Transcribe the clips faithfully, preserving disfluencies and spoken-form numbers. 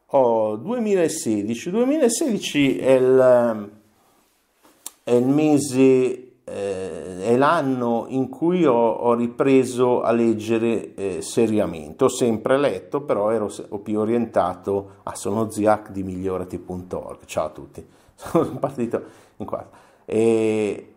Oh, duemilasedici. duemilasedici è il, è il mese, eh, è l'anno in cui ho, ho ripreso a leggere eh, seriamente. Ho sempre letto, però ero se- ho più orientato a sono Ziak di migliorati punto org. Ciao a tutti, sono partito in qua. E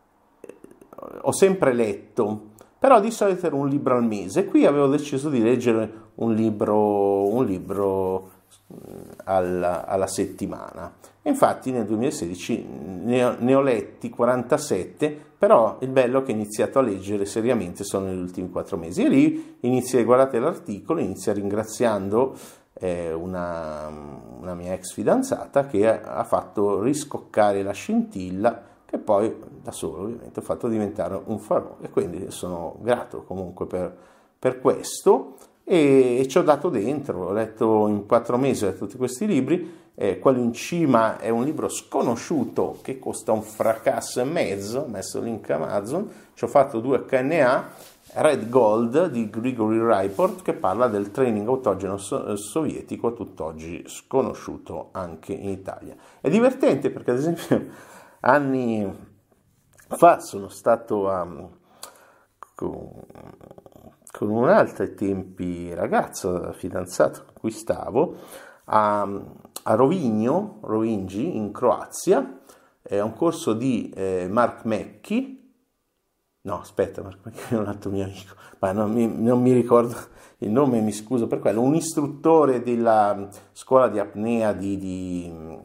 ho sempre letto, però di solito era un libro al mese. Qui avevo deciso di leggere un libro, un libro alla, alla settimana. Infatti nel duemilasedici ne ho, ne ho letti quarantasette, però il bello è che ho iniziato a leggere seriamente solo negli ultimi quattro mesi. E lì inizia, guardate l'articolo, inizia ringraziando eh, una, una mia ex fidanzata che ha, ha fatto riscoccare la scintilla che poi da solo ovviamente ho fatto diventare un farò, e quindi sono grato comunque per, per questo. E, e ci ho dato dentro, ho letto in quattro mesi ho letto tutti questi libri. Eh, quello in cima è un libro sconosciuto che costa un fracasso e mezzo, ho messo il link Amazon, ci ho fatto due acca enne a, Red Gold di Grigory Ryport, che parla del training autogeno so- sovietico, tutt'oggi sconosciuto anche in Italia. È divertente perché ad esempio anni fa sono stato a, con, con un'altra ai tempi ragazzo, fidanzato con cui stavo, a, a Rovigno, Rovinji in Croazia. È un corso di eh, Mark Mecchi. No, aspetta, Mark Mecchi è un altro mio amico, ma non mi, non mi ricordo il nome, mi scuso per quello. Un istruttore della scuola di apnea di, di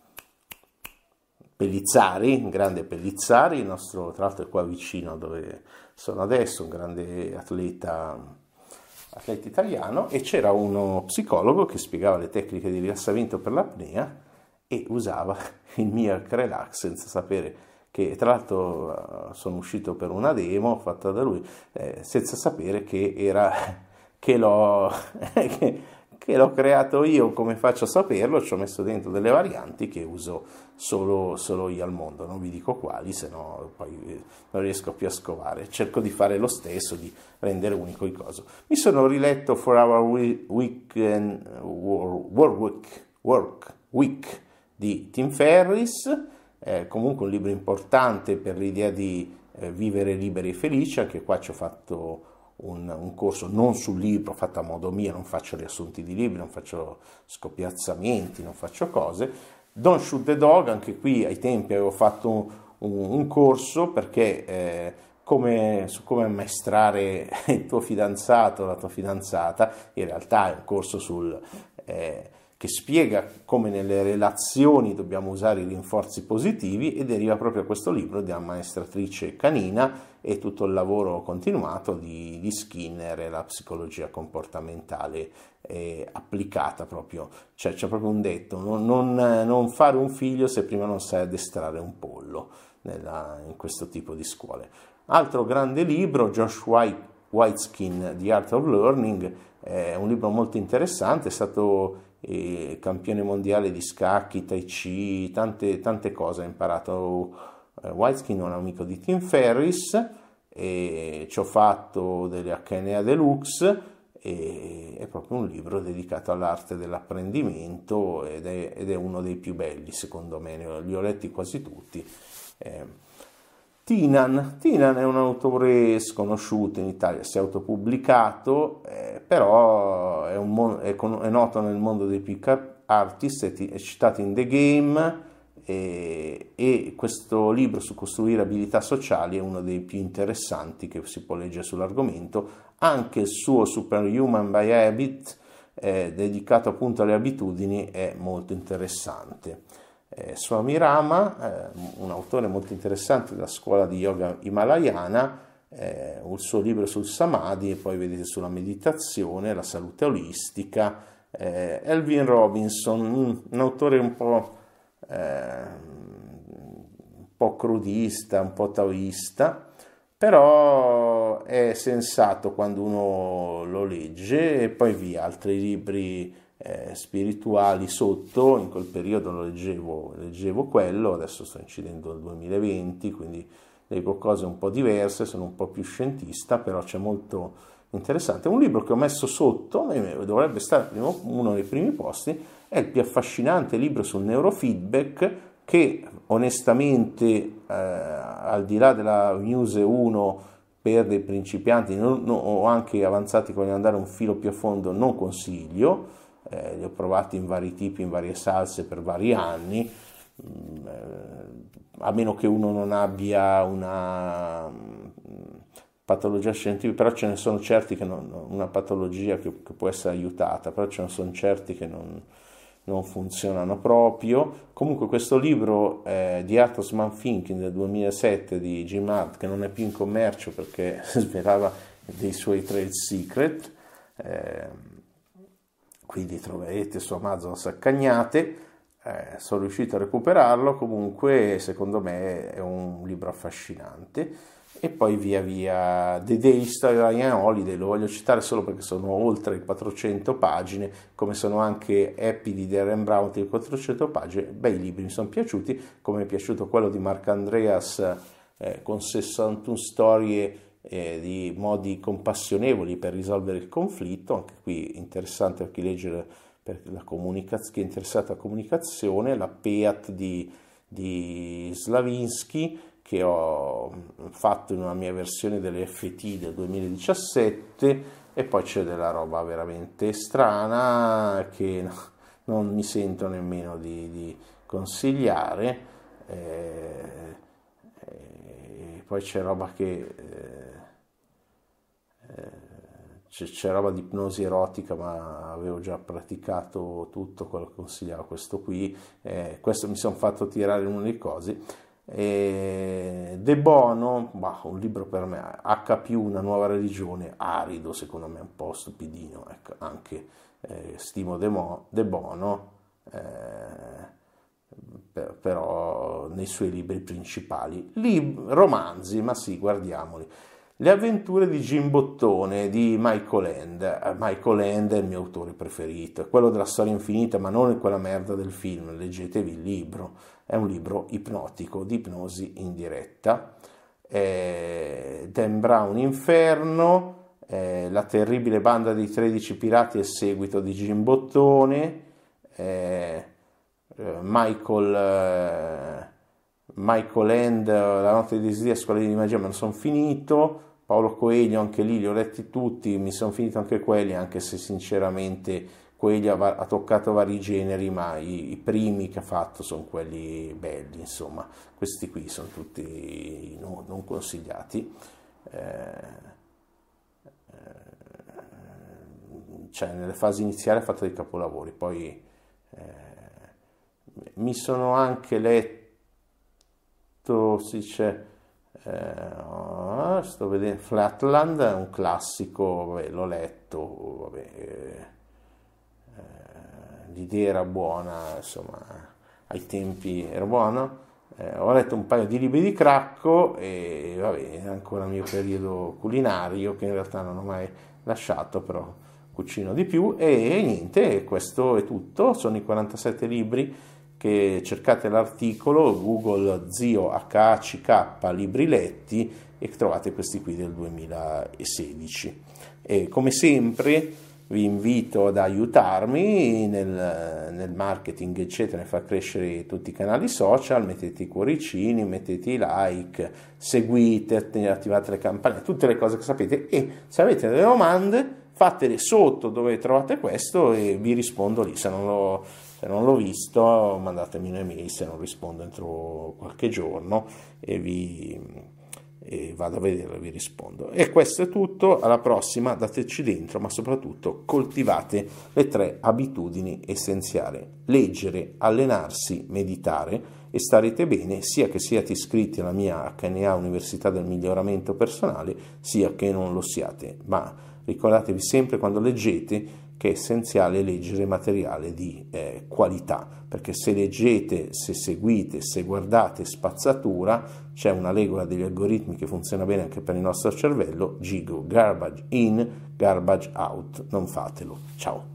Pellizzari, un grande Pellizzari, il nostro, tra l'altro è qua vicino dove sono adesso, un grande atleta, atleta italiano, e c'era uno psicologo che spiegava le tecniche di rilassamento per l'apnea e usava il Mirac Relax senza sapere che, tra l'altro sono uscito per una demo fatta da lui, eh, senza sapere che era, che l'ho... che, che l'ho creato io. Come faccio a saperlo? Ci ho messo dentro delle varianti che uso solo, solo io al mondo, non vi dico quali, se no poi non riesco più a scovare. Cerco di fare lo stesso, di rendere unico il coso. Mi sono riletto For Our Weekend Work Week, Work Week di Tim Ferriss, eh, comunque un libro importante per l'idea di eh, vivere liberi e felici. Anche qua ci ho fatto Un, un corso non sul libro, fatto a modo mio, non faccio riassunti di libri, non faccio scopiazzamenti, non faccio cose. Don't Shoot the Dog, anche qui ai tempi avevo fatto un, un, un corso perché eh, come, su come ammaestrare il tuo fidanzato o la tua fidanzata. In realtà è un corso sul, eh, che spiega come nelle relazioni dobbiamo usare i rinforzi positivi, e deriva proprio questo libro di una maestratrice canina e tutto il lavoro continuato di, di Skinner e la psicologia comportamentale eh, applicata proprio. Cioè c'è proprio un detto, non, non, non fare un figlio se prima non sai addestrare un pollo nella, in questo tipo di scuole. Altro grande libro, Josh White, Whiteskin, The Art of Learning, è un libro molto interessante, è stato eh, campione mondiale di scacchi, tai chi, tante, tante cose ha imparato. Whiteskin è un amico di Tim Ferriss, e ci ho fatto delle acca enne a Deluxe, e è proprio un libro dedicato all'arte dell'apprendimento, ed è, ed è uno dei più belli secondo me, li ho letti quasi tutti. Eh, Tinan, Tinan è un autore sconosciuto in Italia, si è autopubblicato, eh, però è, un, è, è noto nel mondo dei pick-up artist, è, è citato in The Game, e, e questo libro su costruire abilità sociali è uno dei più interessanti che si può leggere sull'argomento. Anche il suo Superhuman by Habit, eh, dedicato appunto alle abitudini, è molto interessante. Eh, Swami Rama, eh, un autore molto interessante della scuola di yoga himalayana, eh, il suo libro sul samadhi, e poi vedete sulla meditazione, la salute olistica. eh, Elvin Robinson, un, un autore un po' Eh, un po' crudista, un po' taoista, però è sensato quando uno lo legge. E poi via, altri libri eh, spirituali sotto, in quel periodo lo leggevo, leggevo quello, adesso sto incidendo il duemilaventi, quindi leggo cose un po' diverse, sono un po' più scientista, però c'è molto interessante. Un libro che ho messo sotto, dovrebbe stare primo, uno dei primi posti, è il più affascinante libro sul neurofeedback, che onestamente, eh, al di là della Muse uno per dei principianti non, no, o anche avanzati che vogliono andare un filo più a fondo, non consiglio. Eh, li ho provati in vari tipi, in varie salse per vari anni, mm, eh, a meno che uno non abbia una patologia scientifica, però ce ne sono certi che non, una patologia che, che può essere aiutata, però ce ne sono certi che non, non funzionano proprio. Comunque questo libro eh, di Art of Smart Thinking del duemilasette di Jim Hart, che non è più in commercio perché svelava dei suoi trade secret, eh, quindi troverete su Amazon saccagnate, eh, sono riuscito a recuperarlo. Comunque secondo me è un libro affascinante. E poi via via The Daily Story of Ryan Holiday, lo voglio citare solo perché sono oltre quattrocento pagine, come sono anche Happy di Darren Brown di quattrocento pagine, bei libri, mi sono piaciuti, come è piaciuto quello di Marc Andreas eh, con sessantuno storie eh, di modi compassionevoli per risolvere il conflitto, anche qui interessante per chi legge, per la comunicaz- chi è interessato alla comunicazione, la Peat di, di Slavinsky, che ho fatto in una mia versione delle F T del duemiladiciassette, e poi c'è della roba veramente strana che non mi sento nemmeno di, di consigliare, eh, e poi c'è roba che eh, c'è, c'è roba di ipnosi erotica, ma avevo già praticato tutto quello che consigliava questo qui, eh, questo mi sono fatto tirare in una dei cose. E De Bono, bah, un libro per me, H più una nuova religione, arido, secondo me un po' stupidino, ecco, anche eh, stimo De, Mo, De Bono, eh, per, però nei suoi libri principali, Lib- romanzi, ma sì, guardiamoli. Le avventure di Jim Bottone di Michael Ende. Michael Ende è il mio autore preferito, è quello della storia infinita, ma non è quella merda del film, leggetevi il libro, è un libro ipnotico, di ipnosi in diretta. Eh, Dan Brown Inferno, eh, La terribile banda dei tredici pirati, il seguito di Jim Bottone, eh, eh, Michael... Eh, Michael Ende, La notte dei desideri, Scuola di magia, me lo sono finito. Paolo Coelho, anche lì li ho letti tutti, mi sono finito anche quelli, anche se sinceramente Coelho ha, ha toccato vari generi, ma i, i primi che ha fatto sono quelli belli, insomma. Questi qui sono tutti no, non consigliati. Eh, eh, cioè nelle fasi iniziali ha fatto dei capolavori, poi eh, mi sono anche letto, si dice, eh, sto vedendo Flatland, è un classico, vabbè, l'ho letto, vabbè, eh, eh, l'idea era buona, insomma, ai tempi era buona. Eh, ho letto un paio di libri di Cracco e vabbè, è ancora il mio periodo culinario che in realtà non ho mai lasciato, però cucino di più. E niente, questo è tutto, sono i quarantasette libri che cercate l'articolo Google Zio H A C K libri letti e trovate questi qui del duemilasedici. E come sempre vi invito ad aiutarmi nel, nel marketing eccetera, nel far crescere tutti i canali social, mettete i cuoricini, mettete i like, seguite, attivate le campanelle, tutte le cose che sapete, e se avete delle domande fatele sotto dove trovate questo e vi rispondo lì. Se non l'ho, se non l'ho visto mandatemi un'email, se non rispondo entro qualche giorno e vi e vado a vederlo e vi rispondo. E questo è tutto, alla prossima, dateci dentro, ma soprattutto coltivate le tre abitudini essenziali: leggere, allenarsi, meditare, e starete bene sia che siate iscritti alla mia H N A Università del Miglioramento Personale, sia che non lo siate. Ma ricordatevi sempre quando leggete che è essenziale leggere materiale di eh, qualità, perché se leggete, se seguite, se guardate spazzatura, c'è una regola degli algoritmi che funziona bene anche per il nostro cervello: G I G O, garbage in, garbage out, non fatelo. Ciao.